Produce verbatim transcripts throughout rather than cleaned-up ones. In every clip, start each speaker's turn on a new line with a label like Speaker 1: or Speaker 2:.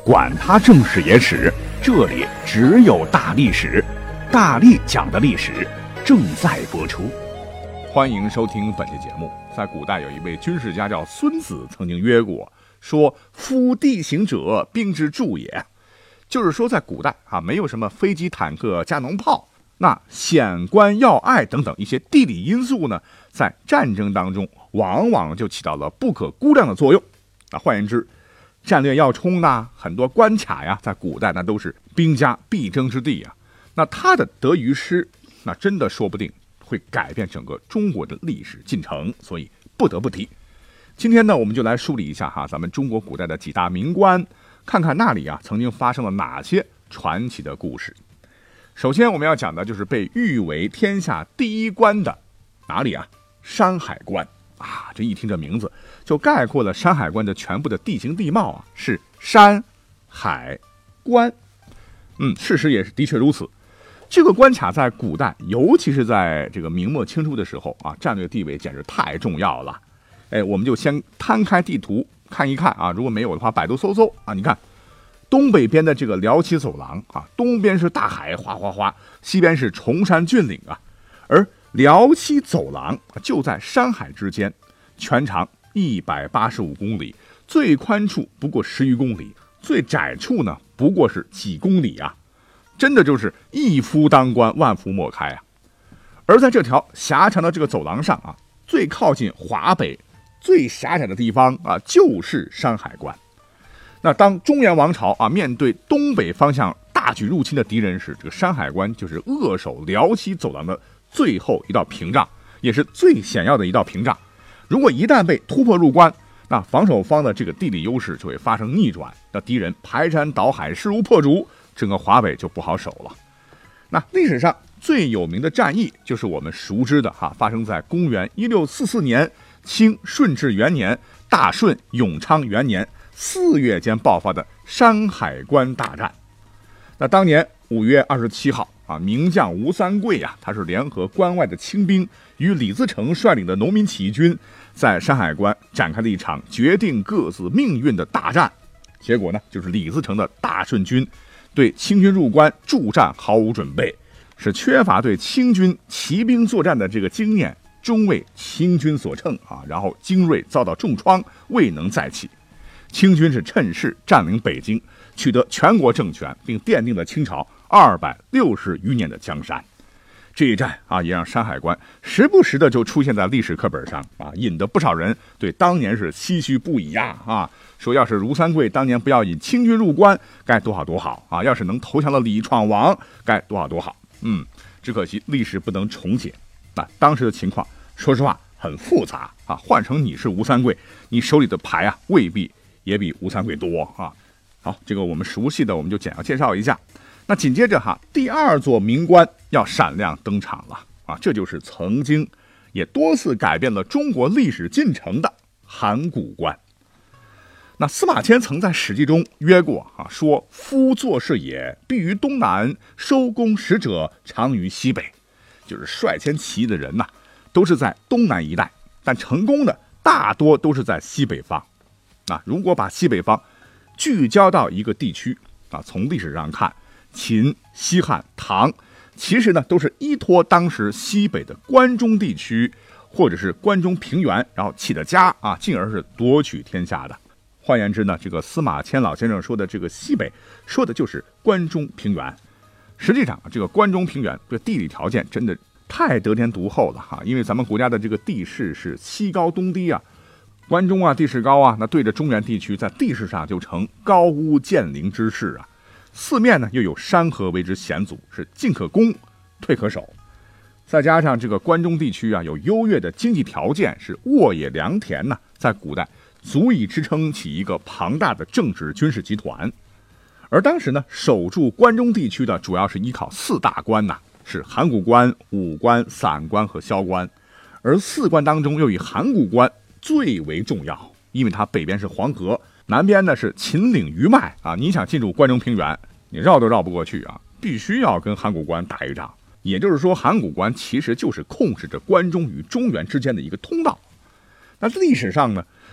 Speaker 1: 管他正史野史，这里只有大历史，大力讲的历史正在播出。欢迎收听本期节目。在古代有一位军事家叫孙子，曾经约过说：“夫地形者，兵之助也。”就是说，在古代啊，没有什么飞机、坦克、加农炮，那险关要隘等等一些地理因素呢，在战争当中往往就起到了不可估量的作用。啊，换言之，战略要冲呢，很多关卡呀，在古代那都是兵家必争之地啊。那他的得于失，那真的说不定会改变整个中国的历史进程，所以不得不提。今天呢，我们就来梳理一下哈，咱们中国古代的几大名关，看看那里啊曾经发生了哪些传奇的故事。首先我们要讲的就是被誉为天下第一关的哪里啊？山海关啊！这一听这名字，就概括了山海关的全部的地形地貌啊，是山海关。嗯，事实也是的确如此。这个关卡在古代，尤其是在这个明末清初的时候啊，战略地位简直太重要了。哎，我们就先摊开地图看一看啊，如果没有的话，百度搜搜啊，你看东北边的这个辽西走廊啊，东边是大海哗哗哗，西边是崇山峻岭啊，而辽西走廊就在山海之间，全长一百八十五公里，最宽处不过十余公里，最窄处呢不过是几公里啊，真的就是一夫当关，万夫莫开啊。而在这条狭长的这个走廊上啊，最靠近华北最狭窄的地方啊，就是山海关。那当中原王朝啊面对东北方向大举入侵的敌人时，这个山海关就是扼守辽西走廊的最后一道屏障，也是最险要的一道屏障。如果一旦被突破入关，那防守方的这个地理优势就会发生逆转，那敌人排山倒海，势如破竹，整个华北就不好守了。那历史上最有名的战役就是我们熟知的哈，发生在公元一六四四年清顺治元年大顺永昌元年四月间爆发的山海关大战。那当年五月二十七号啊，名将吴三桂啊，他是联合关外的清兵与李自成率领的农民起义军，在山海关展开了一场决定各自命运的大战。结果呢，就是李自成的大顺军对清军入关助战毫无准备，是缺乏对清军骑兵作战的这个经验，终为清军所乘啊，然后精锐遭到重创，未能再起。清军是趁势占领北京，取得全国政权，并奠定了清朝二百六十余年的江山。这一战啊，也让山海关时不时的就出现在历史课本上啊，引得不少人对当年是唏嘘不已呀啊！说要是吴三桂当年不要引清军入关，该多好多好啊！要是能投降了李闯王，该多好多好。嗯，只可惜历史不能重写。那当时的情况，说实话很复杂啊。换成你是吴三桂，你手里的牌啊，未必也比吴三桂多啊。好，这个我们熟悉的我们就简要介绍一下。那紧接着哈，第二座名关要闪亮登场了啊，这就是曾经也多次改变了中国历史进程的函谷关。那司马迁曾在《史记》中约过啊，说夫做事也，必于东南，收功使者常于西北，就是率先起义的人呐、啊，都是在东南一带，但成功的大多都是在西北方。啊，如果把西北方聚焦到一个地区啊，从历史上看，秦、西汉、唐，其实呢都是依托当时西北的关中地区或者是关中平原，然后起的家啊，进而是夺取天下的。换言之呢，这个司马迁老先生说的这个西北，说的就是关中平原。实际上，这个关中平原这地理条件真的太得天独厚了哈，因为咱们国家的这个地势是西高东低啊。关中啊，地势高啊，那对着中原地区，在地势上就成高屋建瓴之势啊。四面呢又有山河为之险阻，是进可攻，退可守。再加上这个关中地区啊，有优越的经济条件，是沃野良田呢，在古代足以支撑起一个庞大的政治军事集团。而当时呢，守住关中地区的主要是依靠四大关呐、啊，是函谷关、武关、散关和萧关。而四关当中，又以函谷关最为重要，因为它北边是黄河，南边呢是秦岭余脉啊。你想进入关中平原，你绕都绕不过去啊，必须要跟函谷关打一仗。也就是说，函谷关其实就是控制着关中与中原之间的一个通道。那历史上呢，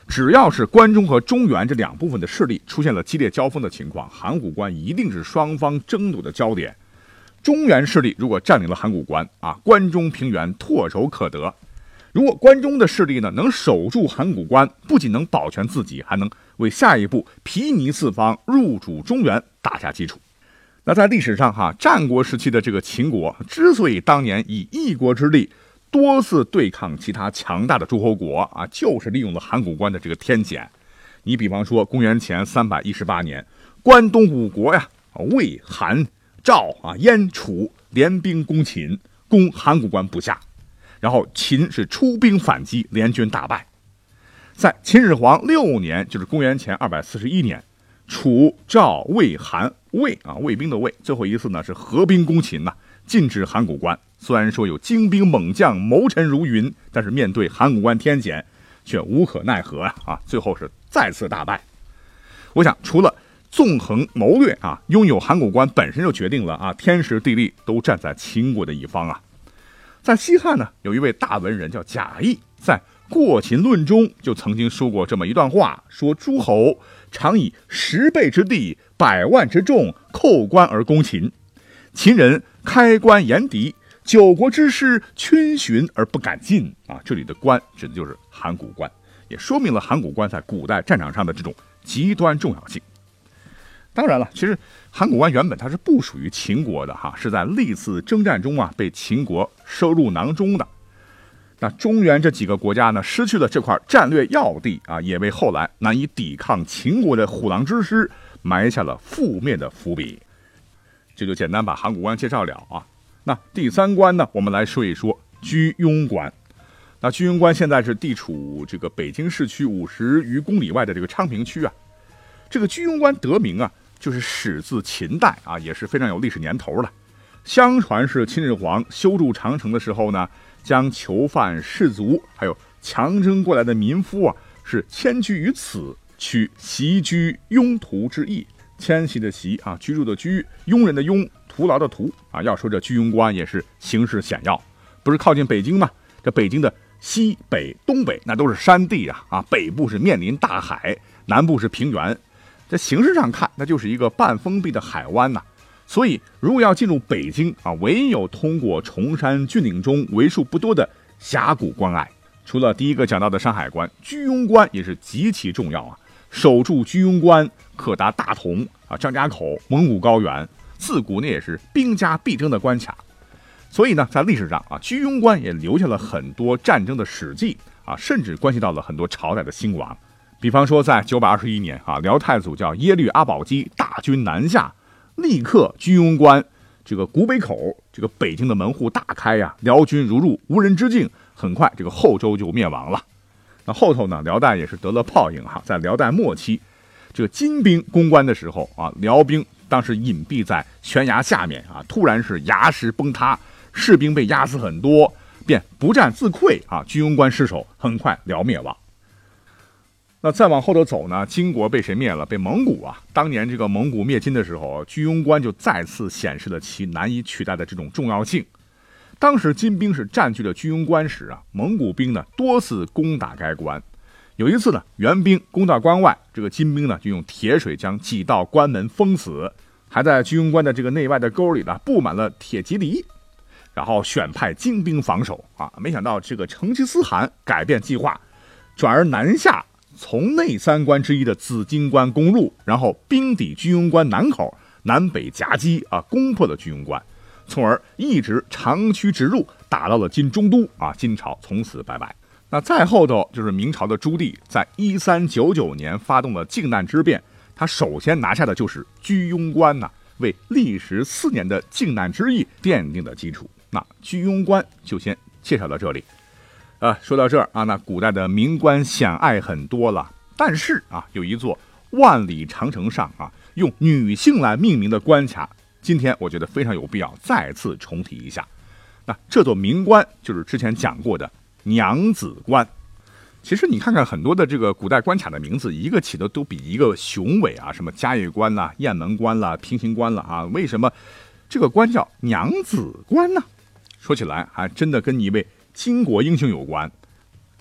Speaker 1: 只要是关中和中原这两部分的势力出现了激烈交锋的情况，函谷关一定是双方争夺的焦点。中原势力如果占领了函谷关啊，关中平原唾手可得。如果关中的势力呢能守住函谷关，不仅能保全自己，还能为下一步毗尼四方入主中原打下基础。那在历史上哈，战国时期的这个秦国之所以当年以一国之力多次对抗其他强大的诸侯国啊，就是利用了函谷关的这个天险。你比方说公元前三百一十八年，关东五国呀，魏、韩、赵啊、燕、楚联兵攻秦，攻函谷关不下。然后秦是出兵反击，联军大败。在秦始皇六年，就是公元前二百四十一年，楚、赵、魏、韩魏啊魏兵的魏，最后一次呢是合兵攻秦呐、啊，进至函谷关。虽然说有精兵猛将，谋臣如云，但是面对函谷关天险，却无可奈何啊！啊，最后是再次大败。我想，除了纵横谋略啊，拥有函谷关本身就决定了啊，天时地利都站在秦国的一方啊。在西汉呢，有一位大文人叫贾谊，在《过秦论》中就曾经说过这么一段话，说诸侯常以十倍之地、百万之众寇关而攻秦，秦人开关严敌，九国之师逡巡而不敢进啊。这里的关指的就是函谷关，也说明了函谷关在古代战场上的这种极端重要性。当然了，其实函谷关原本它是不属于秦国的哈，是在历次征战中啊被秦国收入囊中的。那中原这几个国家呢，失去了这块战略要地啊，也为后来难以抵抗秦国的虎狼之师埋下了覆灭的伏笔。这就简单把函谷关介绍了啊。那第三关呢，我们来说一说居庸关。那居庸关现在是地处这个北京市区五十余公里外的这个昌平区啊。这个居庸关得名啊，就是始自秦代啊，也是非常有历史年头了。相传是秦始皇修筑长城的时候呢，将囚犯、士卒还有强征过来的民夫啊，是迁居于此，取袭居庸途之意。迁徙的徙啊，居住的居，庸人的庸，徒劳的徒啊。要说这居庸关也是形势险要，不是靠近北京吗？这北京的西北、东北那都是山地啊，啊，北部是面临大海，南部是平原。在形势上看，那就是一个半封闭的海湾呐、啊。所以，如果要进入北京啊，唯有通过崇山峻岭中为数不多的峡谷关隘。除了第一个讲到的山海关，居庸关也是极其重要啊。守住居庸关，可达大同啊、张家口、蒙古高原，自古呢也是兵家必争的关卡。所以呢，在历史上啊，居庸关也留下了很多战争的史记啊，甚至关系到了很多朝代的兴亡。比方说，在九百二十一年啊，辽太祖叫耶律阿保机大军南下，立刻居庸关这个古北口，这个北京的门户大开呀、啊，辽军如入无人之境，很快这个后周就灭亡了。那后头呢，辽代也是得了报应哈，在辽代末期，这个金兵攻关的时候啊，辽兵当时隐蔽在悬崖下面啊，突然是崖石崩塌，士兵被压死很多，便不战自溃啊，居庸关失守，很快辽灭亡。那再往后头走呢，金国被谁灭了？被蒙古啊！当年这个蒙古灭金的时候，居庸关就再次显示了其难以取代的这种重要性。当时金兵是占据了居庸关时啊，蒙古兵呢多次攻打该关。有一次呢，援兵攻到关外，这个金兵呢就用铁水将几道关门封死，还在居庸关的这个内外的沟里呢布满了铁蒺藜，然后选派精兵防守啊。没想到这个成吉思汗改变计划，转而南下。从内三关之一的紫荆关攻入，然后兵抵居庸关南口，南北夹击啊，攻破了居庸关，从而一直长驱直入，打到了今中都啊，金朝从此拜拜。那再后头就是明朝的朱棣，在一三九九年发动了靖难之变，他首先拿下的就是居庸关呐、啊，为历时四年的靖难之役奠定了基础。那居庸关就先介绍到这里。啊，说到这儿啊，那古代的名关险隘很多了，但是啊，有一座万里长城上啊，用女性来命名的关卡，今天我觉得非常有必要再次重提一下。那这座名关就是之前讲过的娘子关。其实你看看很多的这个古代关卡的名字，一个起的都比一个雄伟啊，什么嘉峪关啦、雁门关啦、平型关啦啊，为什么这个关叫娘子关呢？说起来还真的跟一位巾帼英雄有关。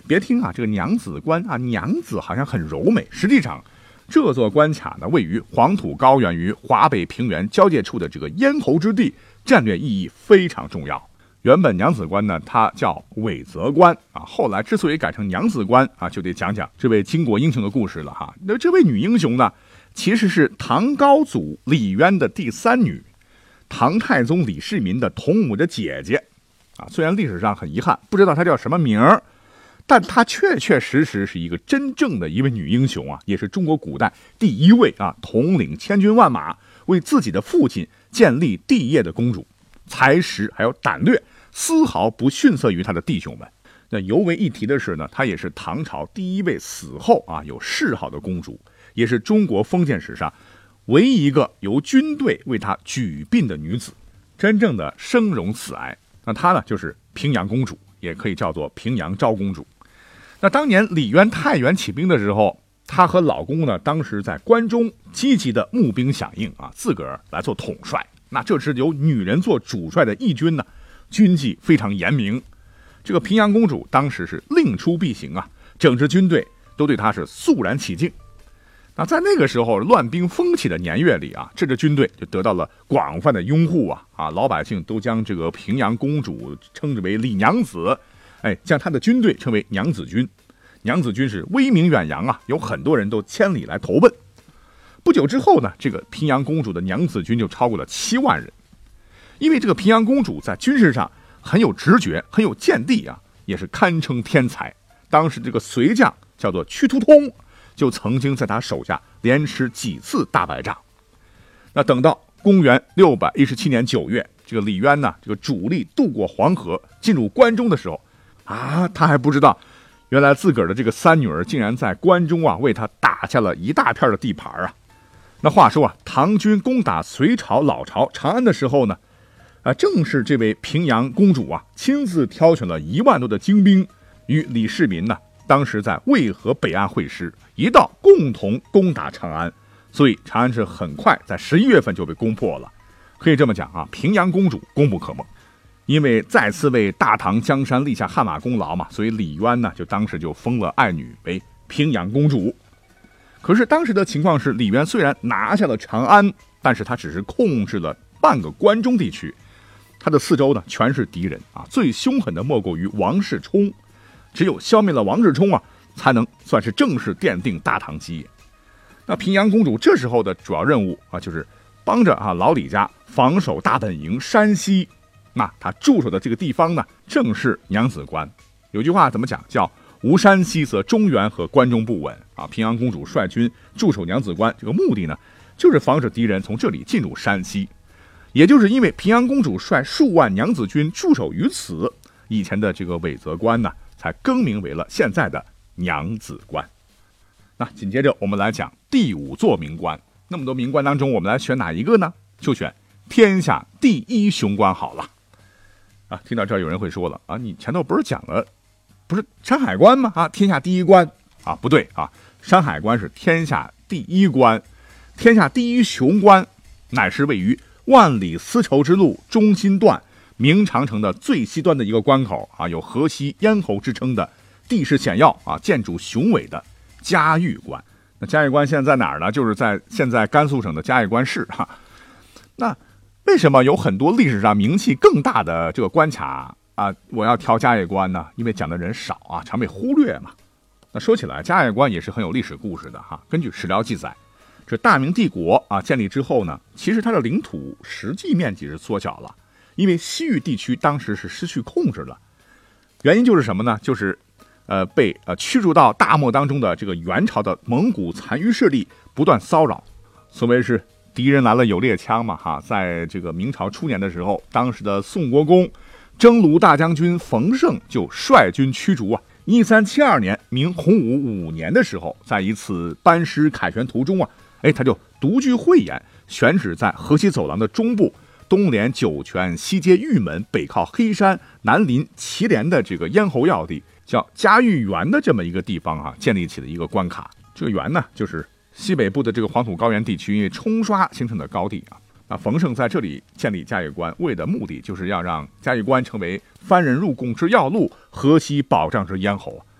Speaker 1: 别听啊，这个娘子关啊，娘子好像很柔美，实际上这座关卡呢，位于黄土高原与华北平原交界处的这个咽喉之地，战略意义非常重要。原本娘子关呢，它叫韦泽关啊，后来之所以改成娘子关啊，就得讲讲这位巾帼英雄的故事了哈。那这位女英雄呢，其实是唐高祖李渊的第三女，唐太宗李世民的同母的姐姐啊。虽然历史上很遗憾，不知道她叫什么名儿，但她确确实实是一个真正的一位女英雄啊，也是中国古代第一位啊统领千军万马，为自己的父亲建立帝业的公主，才识还有胆略丝毫不逊色于她的弟兄们。那尤为一提的是呢，她也是唐朝第一位死后啊有谥号的公主，也是中国封建史上唯一一个由军队为她举殡的女子，真正的生荣死哀。那她呢，就是平阳公主，也可以叫做平阳昭公主。那当年李渊太原起兵的时候，她和老公呢，当时在关中积极的募兵响应啊，自个儿来做统帅。那这是由女人做主帅的义军呢，军纪非常严明。这个平阳公主当时是令出必行啊，整支军队都对她是肃然起敬。那在那个时候乱兵风起的年月里啊，这支军队就得到了广泛的拥护啊啊，老百姓都将这个平阳公主称之为李娘子，哎，将她的军队称为娘子军。娘子军是威名远扬啊，有很多人都千里来投奔。不久之后呢，这个平阳公主的娘子军就超过了七万人。因为这个平阳公主在军事上很有直觉，很有见地啊，也是堪称天才。当时这个随将叫做屈突通，就曾经在他手下连吃几次大败仗。那等到公元六百一十七年九月，这个李渊呢，这个主力渡过黄河进入关中的时候啊，他还不知道原来自个儿的这个三女儿竟然在关中啊为他打下了一大片的地盘啊。那话说啊，唐军攻打隋朝老巢长安的时候呢，啊，正是这位平阳公主啊亲自挑选了一万多的精兵，与李世民呢当时在渭河北岸会师，一道共同攻打长安。所以长安是很快在十一月份就被攻破了。可以这么讲啊，平阳公主功不可没。因为再次为大唐江山立下汗马功劳嘛，所以李渊呢就当时就封了爱女为平阳公主。可是当时的情况是，李渊虽然拿下了长安，但是他只是控制了半个关中地区，他的四周呢全是敌人啊，最凶狠的莫过于王世充。只有消灭了王世充啊，才能算是正式奠定大唐基业。那平阳公主这时候的主要任务啊，就是帮着啊老李家防守大本营山西。那他驻守的这个地方呢，正是娘子关。有句话怎么讲，叫无山西则中原和关中不稳啊。平阳公主率军驻守娘子关，这个目的呢，就是防止敌人从这里进入山西。也就是因为平阳公主率数万娘子军驻守于此，以前的这个韦泽关呢，才更名为了现在的娘子关。那紧接着我们来讲第五座名关。那么多名关当中，我们来选哪一个呢？就选天下第一雄关好了。啊，听到这儿有人会说了啊，你前头不是讲了，不是山海关吗？啊，天下第一关啊，不对啊，山海关是天下第一关，天下第一雄关乃是位于万里丝绸之路中心段明长城的最西端的一个关口啊，有河西咽喉之称的地势险要啊，建筑雄伟的嘉峪关。那嘉峪关现在在哪儿呢？就是在现在甘肃省的嘉峪关市哈。那为什么有很多历史上名气更大的这个关卡啊，我要挑嘉峪关呢？因为讲的人少啊，常被忽略嘛。那说起来，嘉峪关也是很有历史故事的哈。根据史料记载，这大明帝国啊建立之后呢，其实它的领土实际面积是缩小了，因为西域地区当时是失去控制了。原因就是什么呢？就是呃被呃驱逐到大漠当中的这个元朝的蒙古残余势力不断骚扰。所谓是敌人来了有猎枪嘛哈，在这个明朝初年的时候，当时的宋国公征卢大将军冯胜就率军驱逐啊。一三七二年，明洪武五年的时候，在一次班师凯旋途中啊，哎，他就独具慧眼，选址在河西走廊的中部，东连酒泉，西接玉门，北靠黑山，南临祁连的这个咽喉要地，叫嘉峪原的这么一个地方啊，建立起了一个关卡。这个原呢，就是西北部的这个黄土高原地区因为冲刷形成的高地啊。那冯胜在这里建立嘉峪关，为的目的就是要让嘉峪关成为番人入贡之要路，河西保障之咽喉。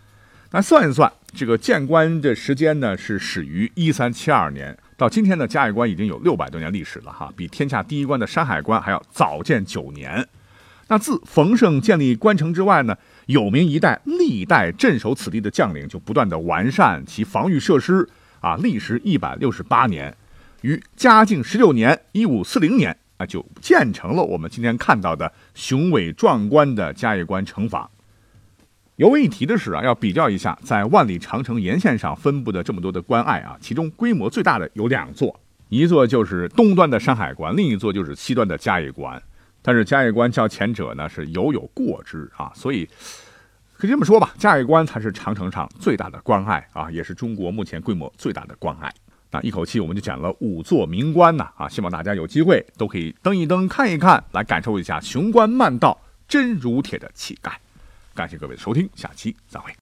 Speaker 1: 那算一算，这个建关的时间呢是始于一三七二年，到今天呢嘉峪关已经有六百多年历史了哈，比天下第一关的山海关还要早建九年。那自冯胜建立关城之外呢，有名一代历代镇守此地的将领就不断的完善其防御设施啊，历时一百六十八年，于嘉靖十六年一五四零年啊就建成了我们今天看到的雄伟壮观的嘉峪关城防。尤为一提的是啊，要比较一下在万里长城沿线上分布的这么多的关隘啊，其中规模最大的有两座，一座就是东端的山海关，另一座就是西端的嘉峪关。但是嘉峪关较前者呢是犹有过之啊，所以可以这么说吧，嘉峪关才是长城上最大的关隘啊，也是中国目前规模最大的关隘。那一口气我们就讲了五座名关呐啊，希望大家有机会都可以登一登看一看，来感受一下雄关漫道真如铁的气概。感谢各位的收听，下期再会。